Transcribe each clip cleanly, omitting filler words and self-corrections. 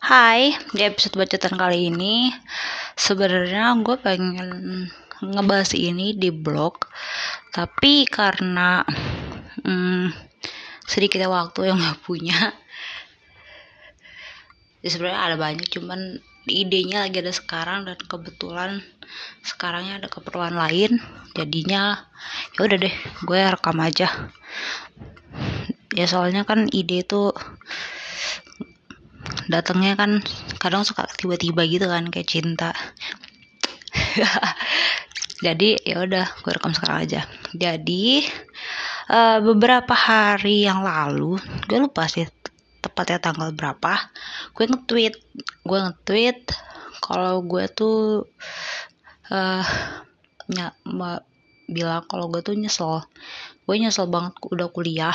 Hai, di episode bacotan kali ini sebenarnya gue pengen ngebahas ini di blog, tapi karena sedikitnya waktu yang gak punya, ya sebenarnya ada banyak, cuman idenya lagi ada sekarang dan kebetulan sekarangnya ada keperluan lain, jadinya ya udah deh gue rekam aja. Ya soalnya kan ide itu datangnya kan kadang suka tiba-tiba gitu kan, kayak cinta. Jadi ya udah gue rekam sekarang aja. Jadi beberapa hari yang lalu, gue lupa sih tepatnya tanggal berapa, gue nge-tweet kalau gue tuh bilang kalau gue tuh nyesel banget udah kuliah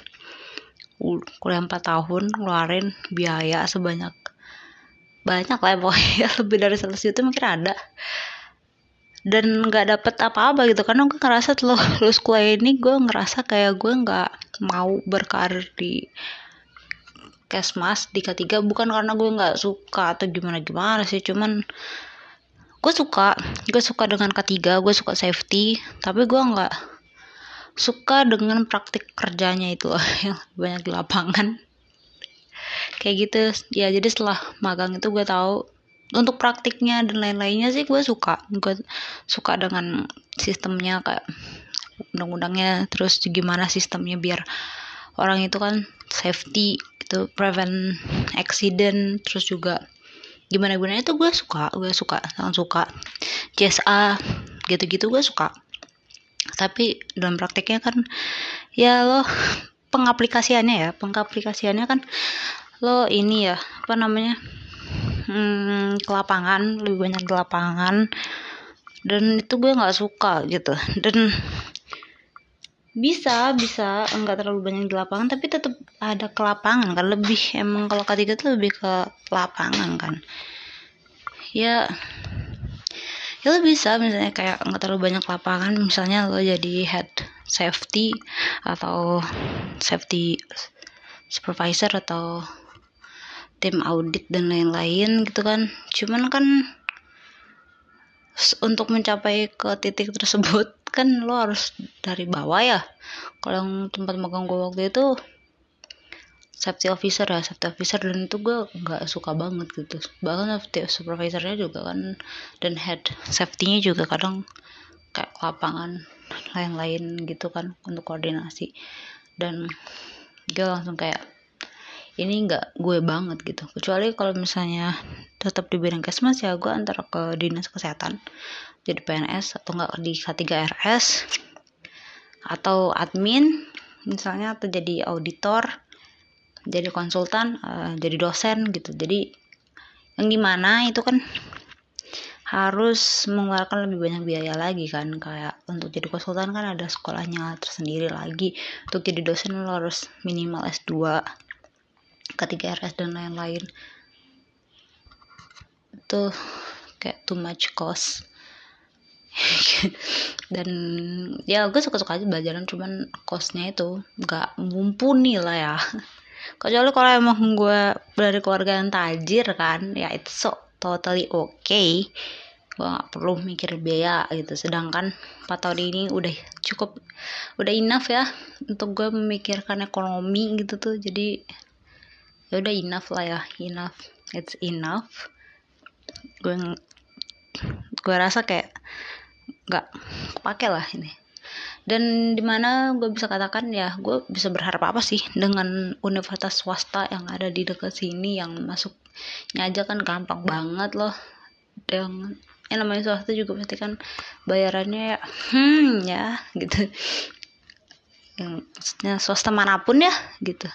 4 tahun ngeluarin biaya banyak lah pokoknya lebih dari 100 juta mungkin ada, dan nggak dapet apa-apa gitu. Karena gue ngerasa setelah lulus kuliah ini gue ngerasa kayak gue nggak mau berkarir di Kesmas di K3, bukan karena gue nggak suka atau gimana sih, cuman gue suka dengan K3, gue suka safety, tapi gue nggak suka dengan praktik kerjanya itu yang banyak di lapangan kayak gitu ya. Jadi setelah magang itu gue tahu untuk praktiknya dan lain-lainnya sih gue suka dengan sistemnya, kayak undang-undangnya, terus gimana sistemnya biar orang itu kan safety gitu, prevent accident, terus juga gimana itu gue sangat suka. CSA gitu-gitu gue suka, tapi dalam praktiknya kan ya lo pengaplikasiannya kan lo ini ya apa namanya ke lapangan, lebih banyak di lapangan, dan itu gue nggak suka gitu. Dan bisa enggak terlalu banyak di lapangan tapi tetap ada ke lapangan kan, lebih emang kalau K3 tuh lebih ke lapangan kan ya. Lo bisa misalnya kayak nggak terlalu banyak lapangan, misalnya lo jadi head safety atau safety supervisor atau tim audit dan lain-lain gitu kan. Cuman kan untuk mencapai ke titik tersebut kan lo harus dari bawah ya. Kalau yang tempat magang gue waktu itu safety officer, dan itu gue nggak suka banget gitu. Bahkan safety supervisornya juga kan, dan head safety-nya juga kadang kayak lapangan lain-lain gitu kan untuk koordinasi, dan gue langsung kayak ini nggak gue banget gitu. Kecuali kalau misalnya tetap di bidang Kesmas ya gue antara ke dinas kesehatan jadi PNS, atau nggak di K3RS, atau admin misalnya, atau jadi auditor, jadi konsultan, jadi dosen gitu. Jadi yang dimana itu kan harus mengeluarkan lebih banyak biaya lagi kan, kayak untuk jadi konsultan kan ada sekolahnya tersendiri lagi, untuk jadi dosen lo harus minimal S2, K3RS dan lain-lain. Itu kayak too much cost. Dan ya gue suka-suka aja belajaran, cuman costnya itu gak mumpuni lah ya. Kecuali kalau emang gue dari keluarga yang tajir kan, ya it's so totally okay, gue gak perlu mikir biaya gitu. Sedangkan 4 tahun ini udah enough ya untuk gue memikirkan ekonomi gitu tuh. Jadi ya udah enough lah ya, it's enough. Gue rasa kayak nggak kepake lah ini. Dan dimana gue bisa katakan ya gue bisa berharap apa sih dengan universitas swasta yang ada di dekat sini, yang masuknya aja kan gampang banget loh. Yang namanya swasta juga pasti kan bayarannya ya gitu, yang swasta manapun ya gitu.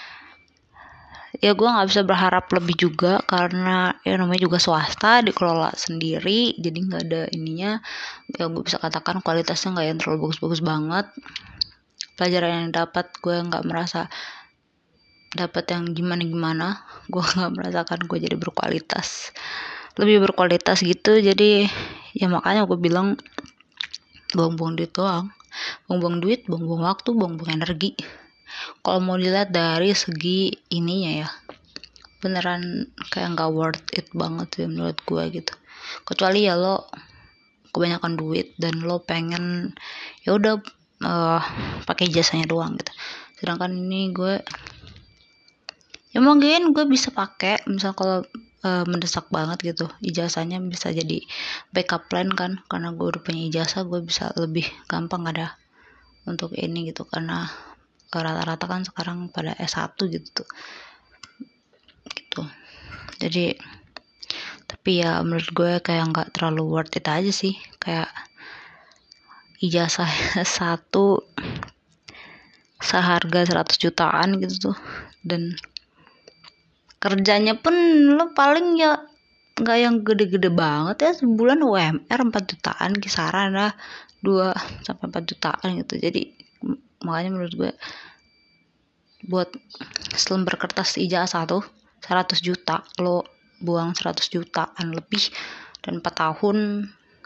Ya gue nggak bisa berharap lebih juga, karena ya namanya juga swasta dikelola sendiri, jadi nggak ada ininya. Ya gue bisa katakan kualitasnya nggak yang terlalu bagus-bagus banget. Pelajaran yang dapat gue nggak merasa dapat yang gimana. Gue nggak merasakan gue jadi lebih berkualitas gitu. Jadi ya makanya gue bilang buang-buang duit doang, buang-buang waktu, buang-buang energi. Kalau mau dilihat dari segi ininya ya, beneran kayak nggak worth it banget sih menurut gue gitu. Kecuali ya lo kebanyakan duit dan lo pengen ya udah pakai jasanya doang gitu. Sedangkan ini gue ya mungkin gue bisa pakai misal kalau mendesak banget gitu, ijazahnya bisa jadi backup plan kan, karena gue udah punya ijazah, gue bisa lebih gampang ada untuk ini gitu, karena rata-rata kan sekarang pada S1 gitu gitu. Jadi tapi ya menurut gue kayak nggak terlalu worth it aja sih, kayak ijazah satu seharga 100 jutaan gitu tuh, dan kerjanya pun lo paling ya nggak yang gede-gede banget ya, sebulan UMR 4 jutaan kisaran lah, 2-4 jutaan gitu. Jadi makanya menurut gue buat selembar kertas ijazah tuh 100 juta, lo buang 100 jutaan lebih dan 4 tahun,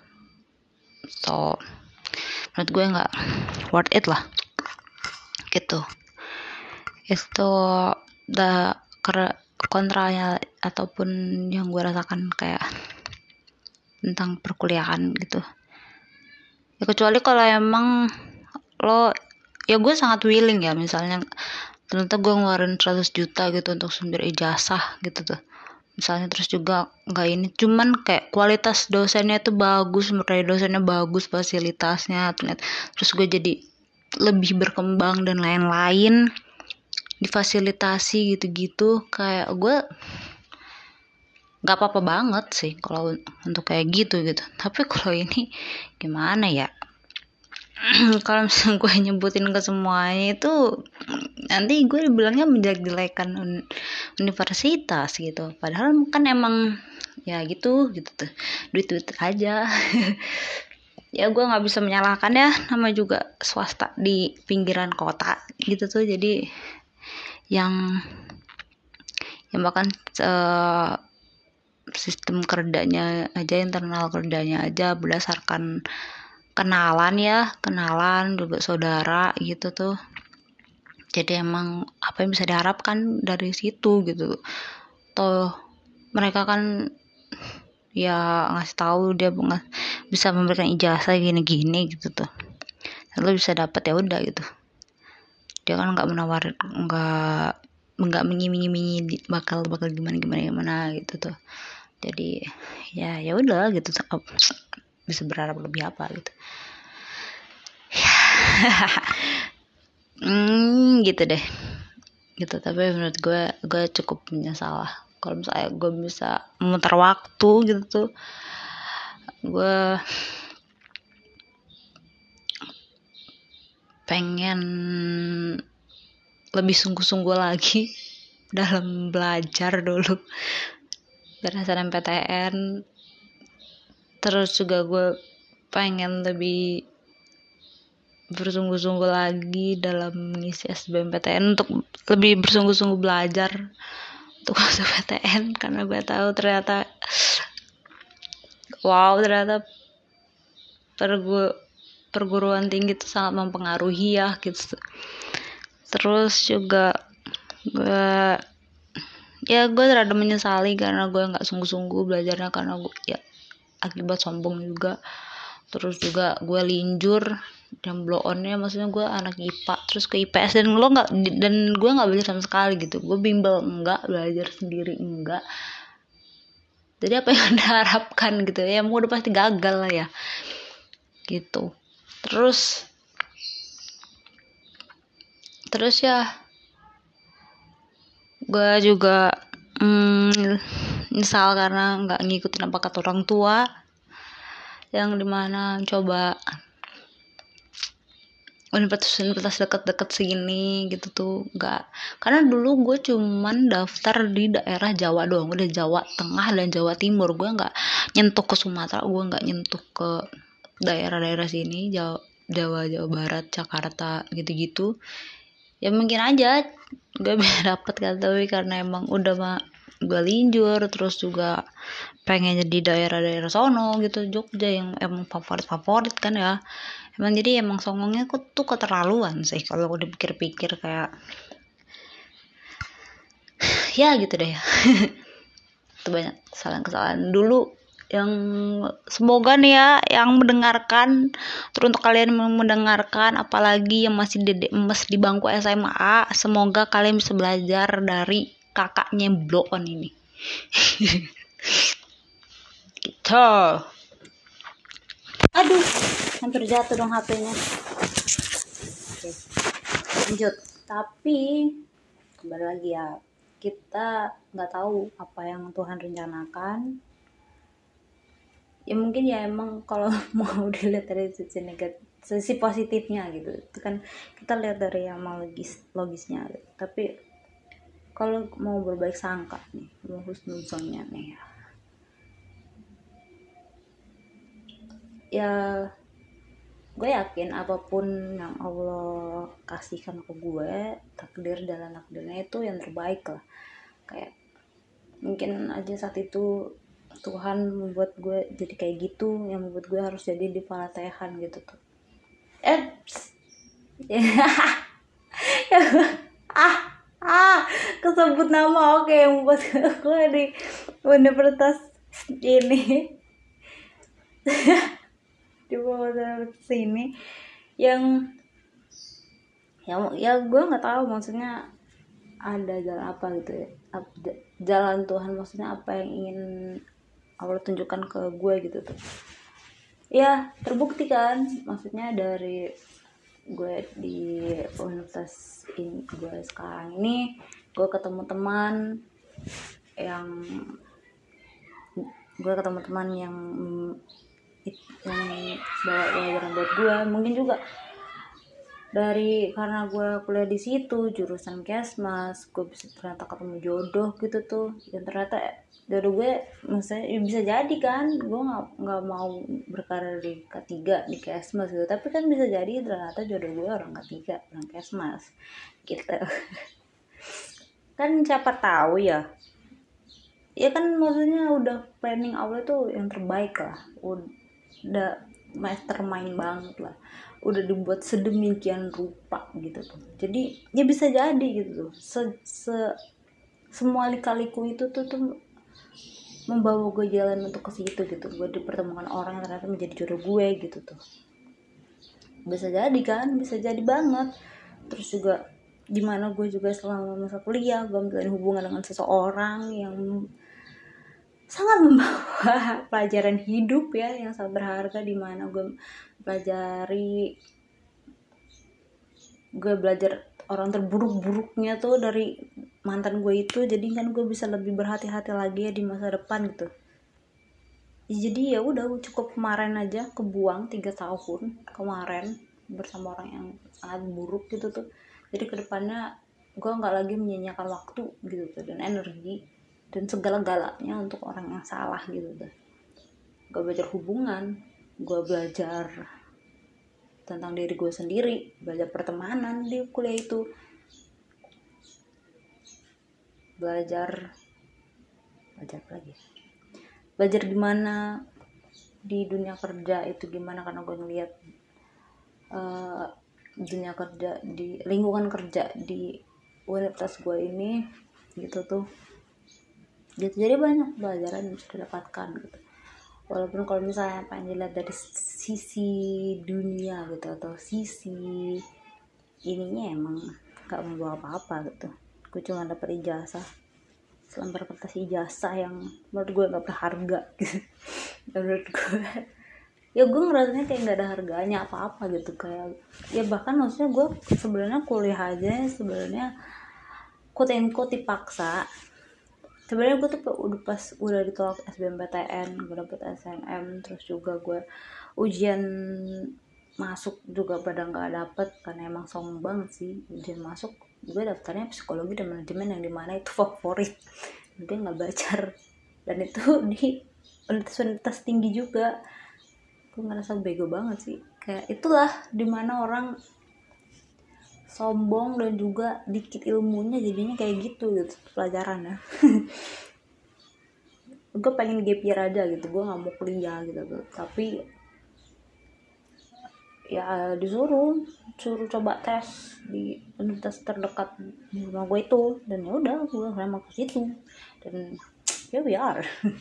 so menurut gue nggak worth it lah gitu. Itu kontranya ataupun yang gue rasakan kayak tentang perkuliahan gitu ya. Kecuali kalau emang lo ya, gue sangat willing ya, misalnya ternyata gue ngeluarin 100 juta gitu untuk sumber ijazah gitu tuh misalnya, terus juga nggak ini, cuman kayak kualitas dosennya tuh bagus, materi dosennya bagus, fasilitasnya terus gue jadi lebih berkembang dan lain-lain, difasilitasi gitu-gitu, kayak gue nggak apa-apa banget sih kalau untuk kayak gitu. Tapi kalau ini gimana ya, kalau misalnya gue nyebutin ke semuanya itu nanti gue dibilangnya menjelek-jelekan universitas gitu, padahal kan emang ya gitu tuh, duit aja. Ya gue nggak bisa menyalahkan ya, nama juga swasta di pinggiran kota gitu tuh. Jadi yang bahkan sistem kerjanya aja, internal kerjanya aja berdasarkan kenalan juga saudara gitu tuh. Jadi emang apa yang bisa diharapkan dari situ gitu. Toh mereka kan ya ngasih tahu dia bisa memberikan ijazah gini-gini gitu tuh, lalu bisa dapat ya udah gitu. Dia kan nggak menawarin, nggak menyi-nyi bakal gimana gitu tuh. Jadi ya udah gitu, bisa berharap lebih apa gitu. Gitu deh gitu. Tapi menurut gue cukup menyesal lah. Kalau misalnya gue bisa memutar waktu gitu tuh, gue pengen lebih sungguh-sungguh lagi dalam belajar dulu berdasarkan PTN. Terus juga gue pengen lebih bersungguh-sungguh lagi dalam mengisi SBMPTN, untuk lebih bersungguh-sungguh belajar untuk masuk PTN, karena gue tahu ternyata perguruan tinggi itu sangat mempengaruhi ya gitu. Terus juga gue rada menyesali karena gue nggak sungguh-sungguh belajarnya, karena gue ya akibat sombong juga. Terus juga gue linjur dan blow onnya, maksudnya gue anak IPA terus ke IPS, dan gue nggak belajar sama sekali gitu. Gue bimbel enggak, belajar sendiri enggak. Jadi apa yang Anda harapkan gitu ya, mau udah pasti gagal lah ya gitu. Terus ya gue juga misal karena nggak ngikutin apa kata orang tua, yang dimana coba universitas deket-deket sini gitu tuh nggak. Karena dulu gue cuman daftar di daerah Jawa doang, udah Jawa Tengah dan Jawa Timur. Gue nggak nyentuh ke Sumatera, gue nggak nyentuh ke daerah-daerah sini, Jawa Barat, Jakarta gitu-gitu. Ya mungkin aja gue bisa dapet kan, tapi karena emang udah mah gue linjur, terus juga pengen jadi daerah-daerah sono gitu, Jogja yang emang favorit kan ya. Emang jadi emang songongnya tuh keterlaluan sih kalau udah pikir-pikir, kayak Ya gitu deh ya. Itu banyak kesalahan-kesalahan dulu yang semoga nih ya yang mendengarkan, terus untuk kalian yang mendengarkan apalagi yang masih di bangku SMA, semoga kalian bisa belajar dari kakaknya yang blow on ini. Gitu. Aduh, hampir jatuh dong HP-nya. Oke, lanjut. Tapi kembali lagi ya, kita nggak tahu apa yang Tuhan rencanakan. Ya mungkin ya emang kalau mau dilihat dari sisi negatif, sisi positifnya gitu, itu kan kita lihat dari yang mau logisnya gitu. Tapi kalau mau berbaik sangka nih, mau husnuzonnya nih ya gue yakin apapun yang Allah kasihkan ke gue, takdirnya itu yang terbaik lah. Kayak mungkin aja saat itu Tuhan membuat gue jadi kayak gitu, yang membuat gue harus jadi di Falatehan gitu tuh. Kesebut nama. Oke, yang membuat gue di universitas ini di universitas ini yang ya gue nggak tahu maksudnya ada jalan apa gitu ya, jalan Tuhan maksudnya apa yang ingin Allah tunjukkan ke gue gitu tuh. Ya terbukti kan, maksudnya dari gue di universitas ini gue sekarang ini, gue ketemu teman yang bawa pelajaran buat gue. Mungkin juga dari karena gue kuliah di situ jurusan Kesmas, gue ternyata ketemu jodoh gitu tuh. Dan ternyata jodoh gue maksudnya bisa jadi kan, gue nggak mau berkarir di K3 di Kesmas gitu, tapi kan bisa jadi ternyata jodoh gue orang K3 orang Kesmas gitu. Kan siapa tahu ya kan maksudnya udah planning awal tuh yang terbaik lah, udah mastermind banget lah, udah dibuat sedemikian rupa gitu tuh. Jadi ya bisa jadi gitu tuh, semua lika-liku itu tuh membawa gue jalan untuk ke situ gitu. Gue dipertemukan orang yang ternyata menjadi jodoh gue gitu tuh. Bisa jadi kan, bisa jadi banget. Terus juga gimana gue juga selama masa kuliah gue menjalin hubungan dengan seseorang yang sangat membawa pelajaran hidup ya, yang sangat berharga, di mana gue belajar orang terburuk-buruknya tuh dari mantan gue itu. Jadi kan gue bisa lebih berhati-hati lagi ya di masa depan gitu. Jadi ya udah cukup kemarin aja kebuang 3 tahun kemarin bersama orang yang sangat buruk gitu tuh. Jadi kedepannya gue nggak lagi menyia-nyiakan waktu gitu tuh, dan energi dan segala-galanya untuk orang yang salah gitu tuh. Gue belajar hubungan, gue belajar tentang diri gue sendiri, belajar pertemanan di kuliah itu, belajar gimana di dunia kerja itu gimana, karena gue ngeliat dunia kerja di lingkungan kerja di universitas gue ini gitu tuh gitu. Jadi banyak pelajaran yang bisa didapatkan gitu, walaupun kalau misalnya pengen dilihat dari sisi dunia gitu atau sisi ininya emang gak membawa apa-apa gitu. Gue cuma dapet ijazah, selembar kertas ijazah yang menurut gue gak berharga gitu. Menurut gue ya gue ngerasanya kayak gak ada harganya apa-apa gitu. Kayak ya bahkan maksudnya gue sebenarnya kuliah aja sebenarnya quote and quote dipaksa. Sebenarnya gue tuh udah ditolak SBMPTN, gue dapet SNM, terus juga gue ujian masuk juga pada nggak dapet karena emang sombong banget sih. Ujian masuk gue daftarnya psikologi dan manajemen yang dimana itu favorit, gue nggak belajar, dan itu di universitas tinggi juga. Gue ngerasa bego banget sih. Kayak itulah dimana orang sombong dan juga dikit ilmunya jadinya kayak gitu pelajarannya. Gue pengen gap year aja gitu, gue nggak mau kuliah gitu tuh. Tapi ya disuruh coba tes di universitas terdekat di rumah gue itu, dan ya udah gue sama ke situ, dan ya biar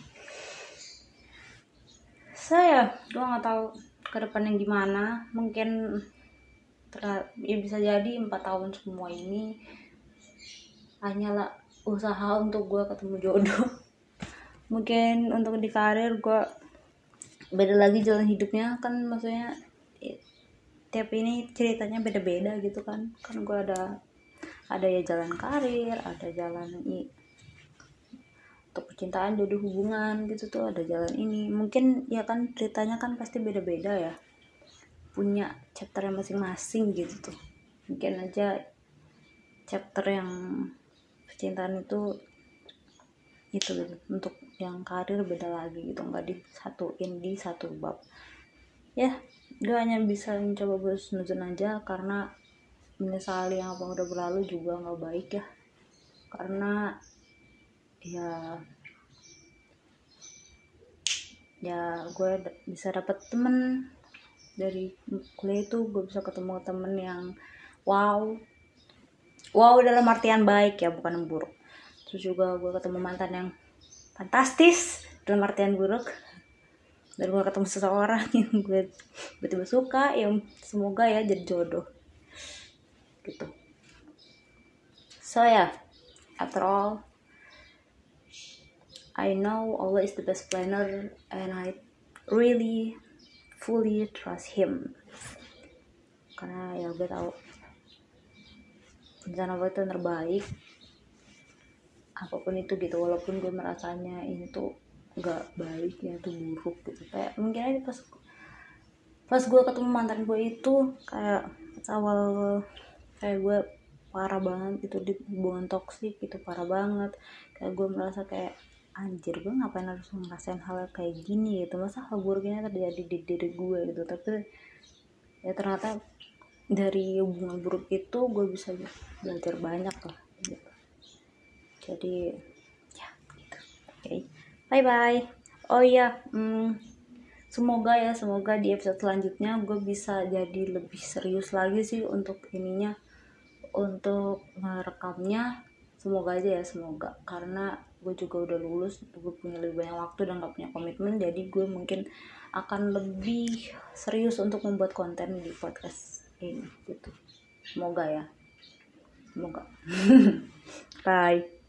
saya gue nggak tahu ke depannya gimana. Mungkin ya bisa jadi 4 tahun semua ini hanyalah usaha untuk gue ketemu jodoh. Mungkin untuk di karir gue beda lagi jalan hidupnya kan, maksudnya tiap ini ceritanya beda-beda gitu kan gue ada ya jalan karir, ada jalan untuk percintaan, jodoh, hubungan gitu tuh, ada jalan ini. Mungkin ya kan ceritanya kan pasti beda-beda ya, punya chapter masing-masing gitu tuh. Mungkin aja chapter yang percintaan itu gitu. Untuk yang karir beda lagi gitu, nggak disatuin di satu bab ya. Gue hanya bisa mencoba bersenuzon aja, karena menyesali yang apa udah berlalu juga nggak baik ya. Karena ya gue bisa dapet temen dari kuliah itu, gue bisa ketemu temen yang wow dalam artian baik ya, bukan buruk. Terus juga gue ketemu mantan yang fantastis dalam artian buruk, dan gue ketemu seseorang yang gue betul-betul suka, yang semoga ya jadi jodoh gitu. So ya, after all, I know Allah is the best planner, and I really fully trust him, karena ya gue tahu rencana Allah itu yang terbaik apapun itu gitu. Walaupun gue merasanya ini tuh gak baik ya, itu buruk gitu. Kayak mungkin aja pas gue ketemu mantan gue itu, kayak awal kayak gue parah banget gitu di hubungan toksik gitu, parah banget. Kayak gue merasa kayak anjir, gue ngapain harus ngerasain hal kayak gini gitu, masa hal buruk ini terjadi di diri gue gitu. Tapi ya ternyata dari hubungan buruk itu gue bisa belajar banyak lah gitu. Jadi ya gitu. Okay. Bye bye. Oh iya, semoga di episode selanjutnya gue bisa jadi lebih serius lagi sih untuk ininya, untuk merekamnya. Semoga aja ya, semoga, karena gue juga udah lulus, gue punya lebih banyak waktu dan gak punya komitmen, jadi gue mungkin akan lebih serius untuk membuat konten di podcast ini gitu. Semoga ya, semoga. Bye.